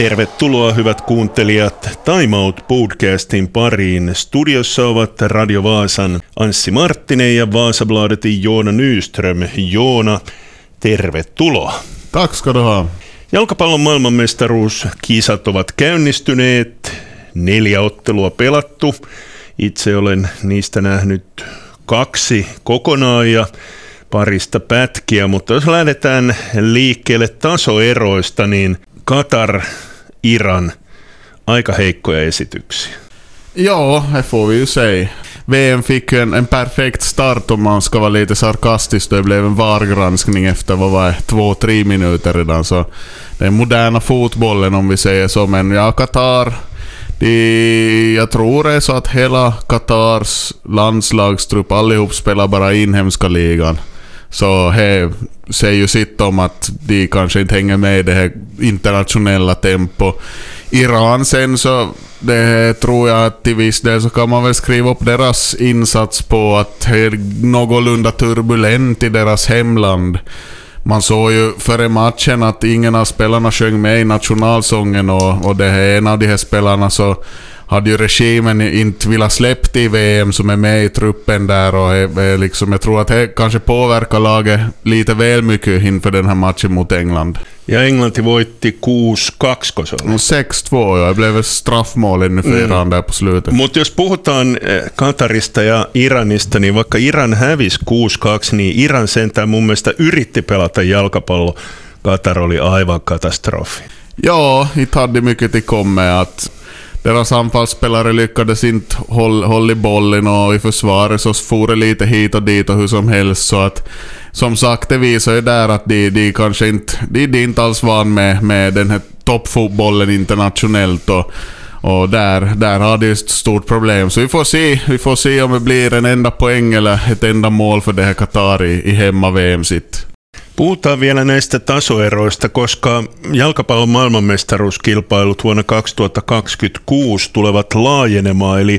Tervetuloa hyvät kuuntelijat Time Out podcastin pariin. Studiossa ovat Radio Vaasan Anssi Marttinen ja Vasabladetin Joona Nyström. Joona, tervetuloa. Tack ska du ha. Jalkapallon maailmanmestaruuskisat ovat käynnistyneet, 4 ottelua pelattu. Itse olen niistä nähnyt 2 kokonaan ja parista pätkiä, mutta jos lähdetään liikkeelle tasoeroista, niin Qatar, Iran, aika heikkoja esityksiä. Ja, det får vi ju säga. VM fick en perfekt start om man ska vara lite sarkastisk. Det blev en VAR-granskning efter 2-3 minuter redan. Så det är moderna fotbollen om vi säger så. Men ja, Qatar, jag tror det är så att hela Qatars landslagstrupp allihop spelar bara inhemska ligan. Så det säger ju sitt om att de kanske inte hänger med i det här internationella tempo. Iran sen så det tror jag att till viss del så kan man väl skriva upp deras insats på att det är någorlunda turbulent i deras hemland. Man såg ju före matchen att ingen av spelarna sjöng med i nationalsången och det är en av de här spelarna så hade ju regimen inte velat släppt i VM som är med i truppen där och liksom, jag tror att det kanske påverkar laget lite väl mycket inför den här matchen mot England. Ja Englanti voitti 6-2, kun se oli. 6-2, ja. Det blev ett straffmål ännu för Iran där på slutet. Mutta jos puhutaan Qatarista ja Iranista, niin vaikka Iran hävisi 6-2, niin Iran sentään mun mielestä yritti pelata jalkapallo. Qatar oli aivan katastrofi. Ja, inte hade mycket till komma att deras anfallsspelare lyckades inte hålla i bollen och i försvaret så for det lite hit och dit och hur som helst. Så att, som sagt, det visar ju där att de kanske inte, de är inte alls van med den här toppfotbollen internationellt och där har de ett stort problem. Så vi får se om det blir en enda poäng eller ett enda mål för det här Qatar i hemma-VM sitt. Puhutaan vielä näistä tasoeroista, koska jalkapallon maailmanmestaruuskilpailut vuonna 2026 tulevat laajenemaan, eli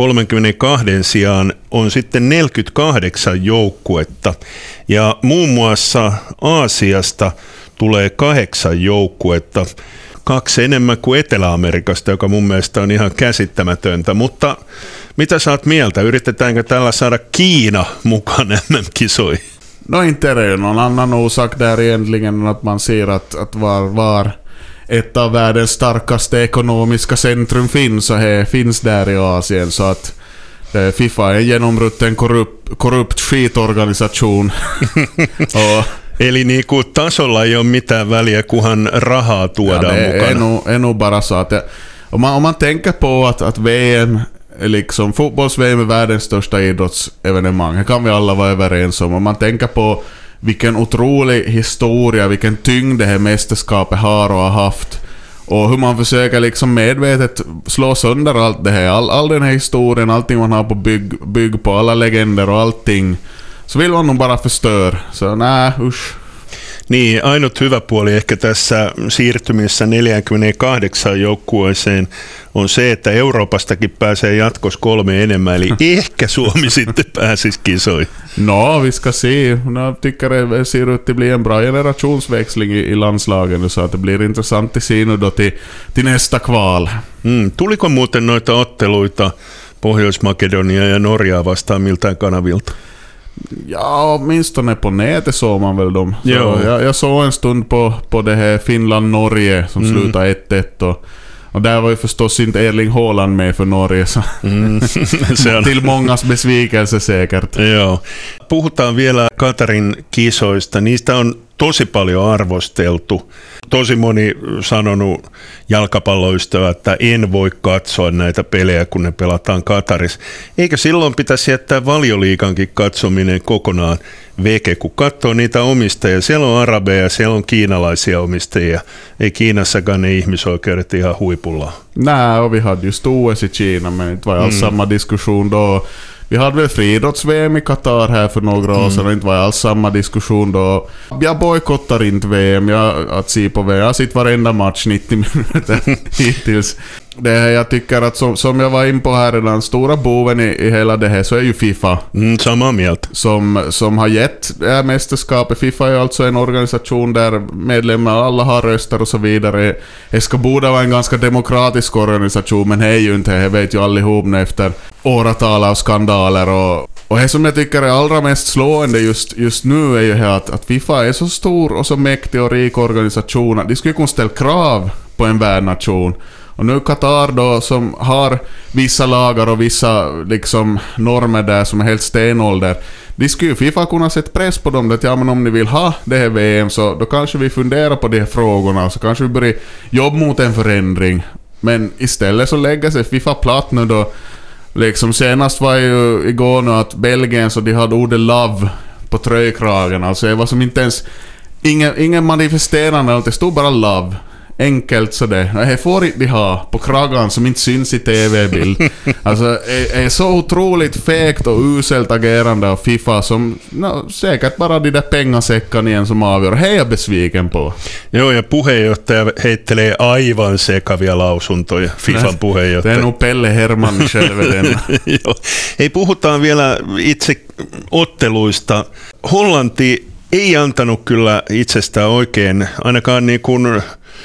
32 sijaan on sitten 48 joukkuetta. Ja muun muassa Aasiasta tulee 8 joukkuetta, 2 enemmän kuin Etelä-Amerikasta, joka mun mielestä on ihan käsittämätöntä. Mutta mitä sä oot mieltä? Yritetäänkö tällä saada Kiina mukaan MM-kisoihin? No inte är det någon annan orsak där egentligen än att man ser att var ett av världens starkaste ekonomiska centrum finns och här finns där i Asien, så att FIFA är en genomrutten korrupt skitorganisation. Eli niin kuin tasolla ei ole mitään väliä, kunhan rahaa tuodaan mukana. Det är nog bara så att om man tänker på att VM liksom fotbolls-VM är världens största idrottsevenemang. Det kan vi alla vara överens om. Om man tänker på vilken otrolig historia, vilken tyngd det här mästerskapet har och har haft och hur man försöker liksom medvetet slå sönder allt det här, all den här historien, allting man har på bygg på, alla legender och allting, så vill man nog bara förstöra. Så nej, usch. Niin, ainut hyvä puoli ehkä tässä siirtymisessä 48 joukkueeseen on se, että Euroopastakin pääsee jatkossa 3 enemmän, eli ehkä Suomi sitten pääsisi kisoihin. No, vi ska se. Jag tycker det ser ut att bli en bra generationsväxling i landslagen, så att det blir intressant att se nu då till nästa kval. Tuliko muuten noita otteluita Pohjois-Makedonia ja Norjaa vastaan miltään kanavilta? Ja, åtminstone på nätet såg man väl dem. Jag såg en stund på det här Finland-Norge som slutade 1-1 och där var ju förstås inte Erling Haaland med för Norge, så till mångas besvikelse säkert. Joo. Puhutaan vielä Qatarin kisoista. Niistä on tosi paljon arvosteltu. Tosi moni sanonut jalkapalloystävä, että en voi katsoa näitä pelejä, kun ne pelataan Qatarissa. Eikä silloin pitäisi jättää Valioliigankin katsominen kokonaan veke, kun katsoo niitä omistajia. Siellä on arabeja, siellä on kiinalaisia omistajia. Ei Kiinassakaan ne ihmisoikeudet ihan huipulla. Nej, och vi hade just OS i Kina, men det var alls samma diskussion då. Vi hade väl friidrotts-VM i Qatar här för några år sedan, det inte var alls samma diskussion då. Jag bojkottar inte VM, att se på VM. Jag har sett varenda match 90 minuter hittills. Det här, jag tycker att som jag var in på här, den stora boven i hela det här, så är ju FIFA. Samma mjält. Som har gett det här mästerskapet. FIFA är alltså en organisation där medlemmar alla har röster och så vidare. Det ska borde vara en ganska demokratisk organisation, men det är ju inte, det vet ju allihop efter åratal av skandaler. Och det som jag tycker är allra mest slående just nu är ju att FIFA är så stor och så mäktig och rik organisation att de skulle kunna ställa krav på en värdnation. Och nu Qatar då, som har vissa lagar och vissa liksom normer där som är helt stenålder, de skulle ju FIFA kunna sätta press på dem att ja, men om ni vill ha det här VM så då kanske vi funderar på de här frågorna, så kanske vi börjar jobba mot en förändring. Men istället så lägger sig FIFA platt nu då. Liksom senast var ju igår nu att Belgien, så de hade ordet love på tröjkragen, alltså det var som inte ens ingen manifesterande, det stod bara love. Enkelt sådär. Det får inte de ha på kragan som inte syns i tv-bild. Alltså, det är så otroligt fegt och uselt agerande av FIFA som säkert bara de där pengasäckan igen som avgör. Hej, jag är besviken på. Joo, ja puheenjohtaja heittelee aivan sekavia lausuntoja, FIFAn puheenjohtaja. Det är nog Pelle Hermann själv. Joo. Hei, puhutaan vielä itse otteluista. Hollanti ei antanut kyllä itsestään oikein, ainakaan niin kuin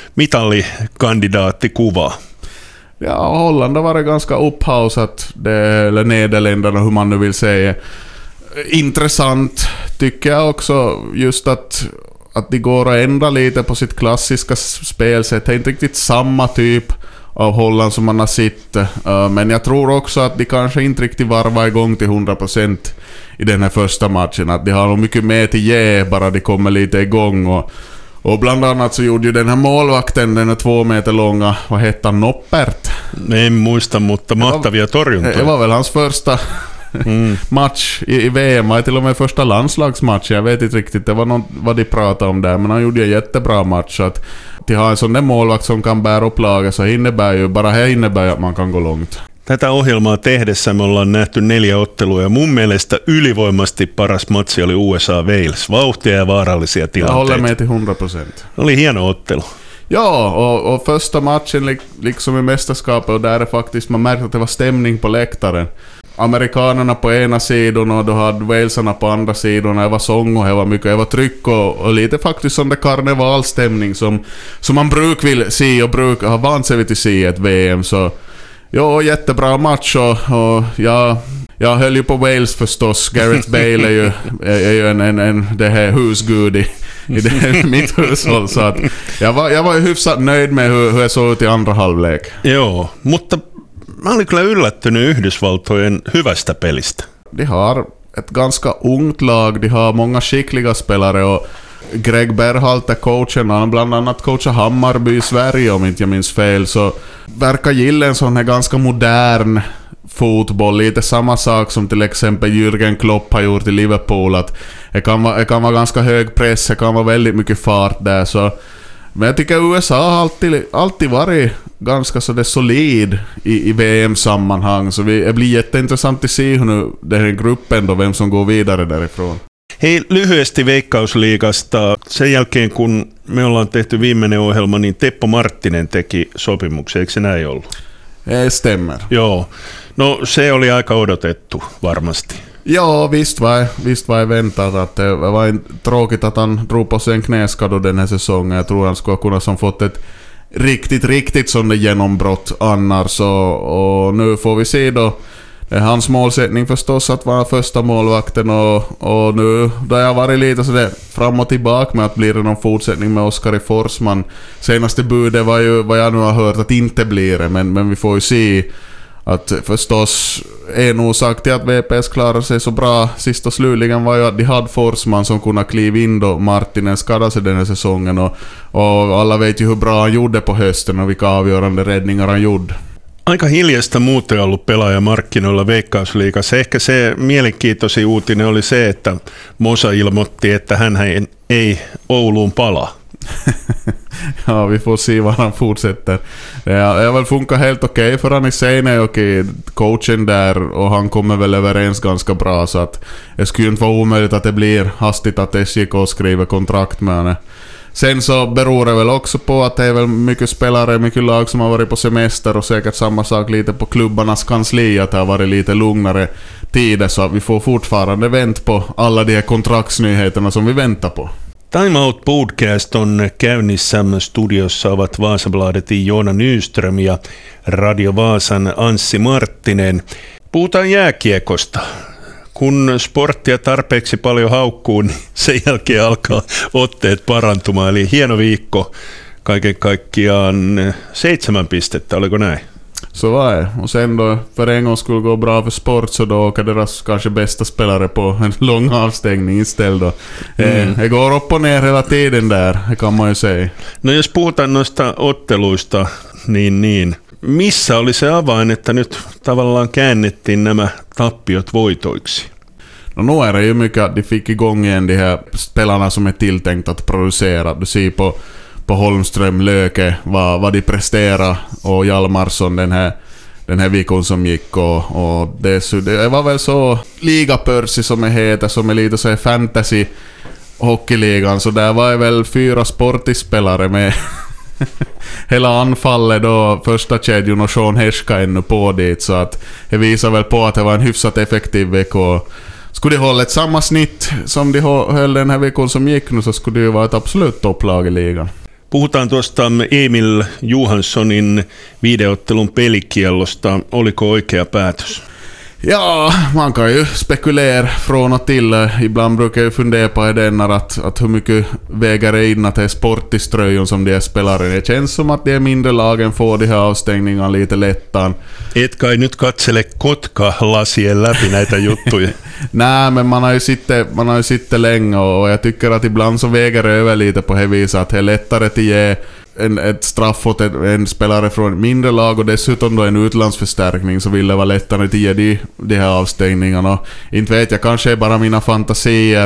mitallikandidaattikuvaa. Ja, Holland har varit ganska upphausat, eller Nederländerna, hur man nu vill säga. Intressant tycker jag också just att de går att ändra lite på sitt klassiska spelsätt. Det är inte riktigt samma typ av Holland som man har sett. Men jag tror också att de kanske inte riktigt varvar igång till 100% i den här första matchen. Att de har nog mycket mer till ge, bara de kommer lite igång. Och bland annat så gjorde ju den här målvakten, den är 2 meter långa, vad heter han, Noppert? En muista, mutta mahtavia torjuntoja. Det var väl hans första match i VM, var till och med första landslagsmatch, jag vet inte riktigt, det var något vad de pratade om där, men han gjorde en jättebra match. Så att de har en sån där målvakt som kan bära upp laget, så innebär ju, bara här innebär att man kan gå långt. Tätä ohjelmaa tehdessä me ollaan nähty 4 ottelua ja mun mielestä ylivoimasti paras matsi oli USA-Wales. Vauhtia ja vaarallisia tilanteita. Jag håller med till 100%. Oli hieno ottelu. Ja, och första matchen liksom i mästerskapet, och där är faktiskt, man märkte att det var stämning på läktaren. Amerikanerna på ena sidan och då hade walesarna på andra sidan. Det var sång och det var mycket, det var tryck och lite faktiskt sån där karnevalstämning som man brukar vill se och brukar ha vant sig vid att se i ett VM. Så ja, jättebra match och jag höll ju på Wales förstås. Gareth Bale är ju en det här husgud i det mitt hushåll, så att jag var ju hyfsat nöjd med hur jag såg ut i andra halvlek. Joo, mutta mä olin kyllä yllättynyt Yhdysvaltojen hyvästä pelistä. De har ett ganska ungt lag, de har många skickliga spelare och Greg Berhalter, coachen, han bland annat coachar Hammarby i Sverige om inte jag minns fel, så verkar gilla en sån här ganska modern fotboll, lite samma sak som till exempel Jürgen Klopp har gjort i Liverpool, att det kan vara ganska hög press, det kan vara väldigt mycket fart där, så men jag tycker USA har alltid varit ganska så det solid i VM-sammanhang, så det blir jätteintressant att se hur nu den här gruppen då, vem som går vidare därifrån. Hei, lyhyesti Veikkausliigasta. Sen jälkeen kun me ollaan tehty viimeinen ohjelma, niin Teppo Marttinen teki sopimuksen, eikö se näin ollut? Stämmer. Joo. No se oli aika odotettu varmasti. Ja, visst var väntat att det var tråkigt att han drog på sig en knäskada den här säsongen. Jag tror han skulle kunna som fått ett riktigt sån genombrott annars, och nu får vi se då. Det är hans målsättning förstås att vara första målvakten, och nu då jag varit lite sådär fram och tillbaka med att blir det någon fortsättning med Oskar Forsman. Senaste budet var ju vad jag nu har hört att inte blir det, men vi får ju se. Att förstås en orsak till att VPS klarar sig så bra sist och slutligen var ju att de hade Forsman som kunde kliva in då Marttinen skadade sig den här säsongen, och alla vet ju hur bra han gjorde på hösten och vilka avgörande räddningar han gjorde. Aika hiljasta muuten ollut pelaajamarkkinoilla Veikkausliigassa. Ehkä se mielenkiintoisin uutinen oli se, että Mosa ilmoitti, että hän ei Ouluun palaa. Ja, vi får se vad han fortsätter. Det har väl funkat helt okej för han i Seinäjoki, coachen där, och han kommer väl överens ganska bra, så att det skulle inte vara omöjligt att det blir hastigt att SJK skriver kontrakt med henne. Sen så beror det väl också på att det är väl mycket spelare, mycket lag som har varit på semester och säkert samma sak lite på klubbarnas kansli, att det har varit lite lugnare tider, så att vi får fortfarande vänta på alla de här kontraktsnyheterna som vi väntar på. Time Out Podcast on käynnissä. Studiossa ovat Vasabladetin Joona Nyström ja Radio Vaasan Anssi Marttinen. Puhutaan jääkiekosta. Kun sporttia tarpeeksi paljon haukkuu, niin sen jälkeen alkaa otteet parantumaan. Eli hieno viikko, kaiken kaikkiaan 7 pistettä, oliko näin? Så var det. Och sen då, för en gång skulle gå bra för sport, så då åker deras kanske bästa spelare på en lång avstängning istället då. Det går upp och ner hela tiden där, det kan man ju säga. No jos puhutaan noista otteluista, niin missä oli se avain, että nyt tavallaan käännettiin nämä tappiot voitoiksi? No nu är det ju mycket att de fick igång igen de här spelarna som är tilltänkt att producera. Du ser på Holmström, Löke, vad de presterar, och Hjalmarsson den här veckan som gick, och det var väl så ligapörsi som är heter, som är lite så fantasy hockeyligan, så där var väl 4 sportispelare med hela anfallet då, första kedjan och Sean Herska ännu på dit, så att det visar väl på att det var en hyfsat effektiv vecka. Skulle de hålla ett samma snitt som de höll den här veckan som gick nu, så skulle det ju vara ett absolut topplag i ligan. Puhutaan tuosta Emil Johanssonin videoottelun pelikiellosta. Oliko oikea päätös? Ja, man kan ju spekulera från och till. Ibland brukar jag fundera på att hur mycket väger det in att det är sportiströjon som de är spelare. Det känns som att de mindre lagen får de här avstängningarna lite lättan. Et kai nyt katsele Kotka-lasien läpi näitä juttuja. Nej, men man har ju sett länge, och jag tycker att ibland så väger det över lite på det viset att det är lättare att ge ett straff åt en spelare från ett mindre lag, och dessutom då en utlandsförstärkning, så vill det vara lättare att ge de här avstängningarna. Inte vet jag, kanske är bara mina fantasier.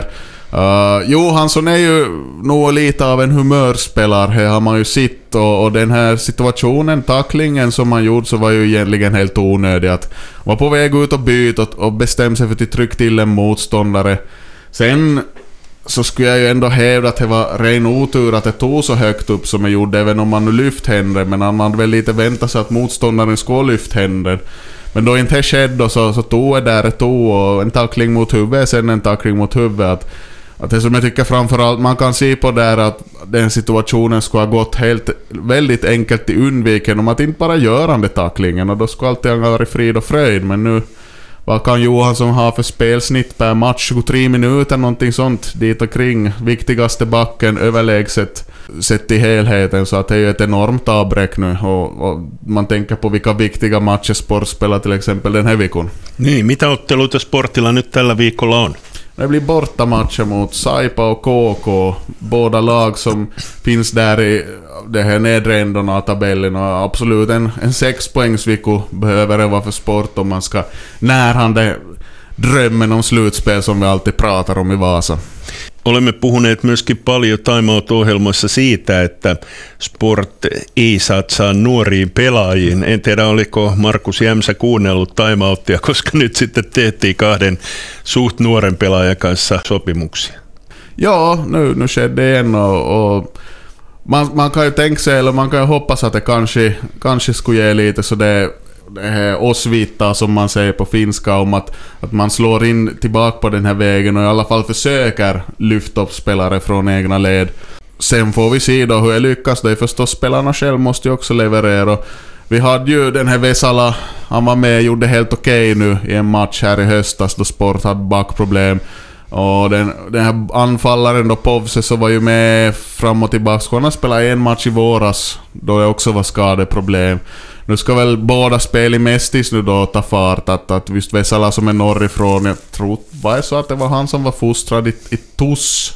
Johansson är ju nog lite av en humörspelare, här har man ju sett, och den här situationen, tacklingen som man gjorde, så var ju egentligen helt onödig. Att var på väg ut och byta och bestämma sig för att trycka till en motståndare. Sen så skulle jag ju ändå hävda att det var ren otur att det tog så högt upp som jag gjorde, även om man nu lyft händer, men man hade väl lite väntat sig att motståndaren skulle lyft händer. Men då inte skedde, så tog det där ett tog, och en tackling mot huvudet, sen en tackling mot huvudet. Att det som jag tycker framförallt man kan se på där, att den situationen skulle ha gått väldigt enkelt i undviken om att inte bara göra den tacklingen, och då skulle alltid ha varit frid och fröjd. Men nu, vad kan Johansson ha för spelsnitt per match? 23 minuter, någonting sånt dit och kring. Viktigaste backen, överlägset sett i helheten, så att det är ju ett enormt avbräck nu, och man tänker på vilka viktiga matcher Sport spelar till exempel den här veckan. Niin, mitä otteluita Sportilla nyt tällä viikolla on? Det blir bortamatcher mot Saipa och KK, båda lag som finns där i det här nedre änden av tabellen, och absolut en 6-poängsvecka behöver det vara för Sport om man ska närhanda drömmen om slutspel som vi alltid pratar om i Vasa. Olemme puhuneet myöskin paljon Time Out-ohjelmassa siitä, että Sport ei satsaa nuoriin pelaajiin. En tiedä, oliko Markus Jämsä kuunnellut Time Outia, koska nyt sitten tehtiin 2 suht nuoren pelaajan kanssa sopimuksia. Ja, nu skedde igen, och man kan ju tänka sig, eller man kan ju hoppas att det kanske skulle ge lite så det här osvita som man säger på finska, om att man slår in tillbaka på den här vägen och i alla fall försöker lyfta upp spelare från egna led. Sen får vi se då hur det lyckas. Det är förstås, spelarna själv måste ju också leverera. Vi hade ju den här Vesala, han var med och gjorde helt okej nu i en match här i höstas då Sport hade backproblem. Och den här anfallaren då, Povse, så var ju med fram och tillbaka. Så han spelade en match i våras då det också var skadeproblem. Nu ska väl båda spel i Mestis nu då ta fart. Att just Vesala som är norrifrån, jag tror var det så att det var han som var fostrad i Tuss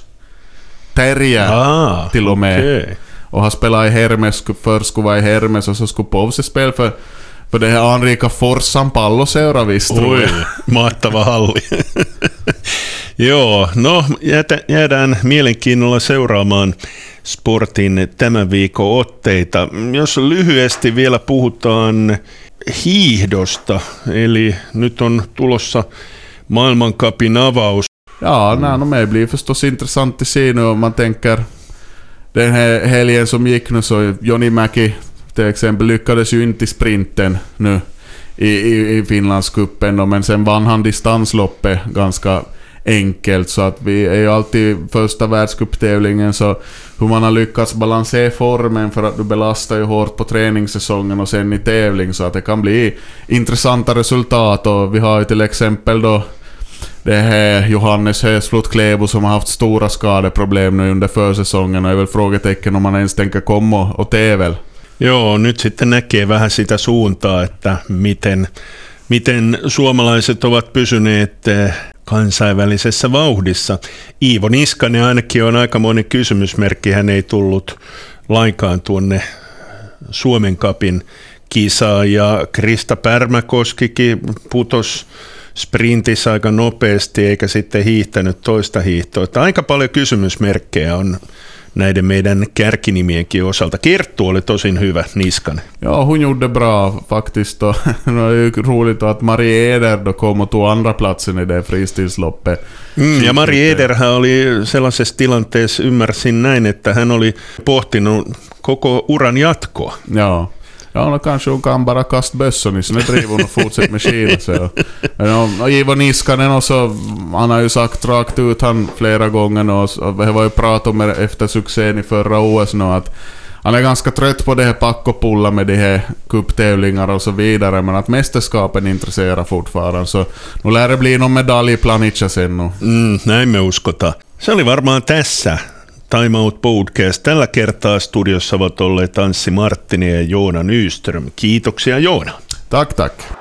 Terrier till och med. Okay. Och han spelade i Hermes, först skulle vara i Hermes och så skulle Povse spela för det här anrika Forssan palloseura visst. Oi, mahtava halli. Joo, no jäädään mielenkiinnolla seuraamaan Sportin tämän viikon otteita. Jos lyhyesti vielä puhutaan hiihdosta, eli nyt on tulossa maailmancupin avaus. Ja, det blir förstås intressant att se nu om man tänker den här helgen som gick nu så Joni Mäki till exempel lyckades ju inte i sprinten nu i Finlandscupen då, men sen vann han distansloppet ganska enkelt, så att vi är ju alltid första världscuptävlingen, så hur man har lyckats balansera formen, för att du belastar ju hårt på träningssäsongen och sen i tävling, så att det kan bli intressanta resultat. Och vi har ju till exempel då det här Johannes Hösflot-Klevo som har haft stora skadeproblem nu under försäsongen, och är väl frågetecken om man ens tänker komma och tävel. Joo, nyt sitten näkee vähän sitä suuntaa, että miten suomalaiset ovat pysyneet kansainvälisessä vauhdissa. Iivo Niskanen ainakin on aikamoinen kysymysmerkki. Hän ei tullut lainkaan tuonne Suomen Cupin kisaan, ja Krista Pärmäkoskikin putos sprintissä aika nopeasti eikä sitten hiihtänyt toista hiihtoa. Että aika paljon kysymysmerkkejä on näiden meidän kärkinimienkin osalta. Kerttu oli tosin hyvä, Niskanen. Ja, hon gjorde bra faktiskt. Det var ju roligt att Marie Eder då kom och tog andra platsen i det fristilsloppet. Ja Marie Ederhän oli sellaisessa tilanteessa, ymmärsin näin, että hän oli pohtinut koko uran jatkoa. Ja. Ja, då kanske hon kan bara kasta bössan i, så nu driver hon och fortsätter med Kina. Så. Och Ivo Niskanen också, han har ju sagt rakt ut han flera gånger nu, och det var ju prat om efter succén i förra OS nu, att han är ganska trött på det här pakkopulla med de här kupptävlingar och så vidare, men att mästerskapen intresserar fortfarande, så nu lär det bli någon medalj i Planica sen nu. Näin me uskotaan. Se oli varmaan tässä Time Out Podcast. Tällä kertaa studiossa ovat olleet Anssi Marttinen ja Joona Nyström. Kiitoksia, Joona. Tack.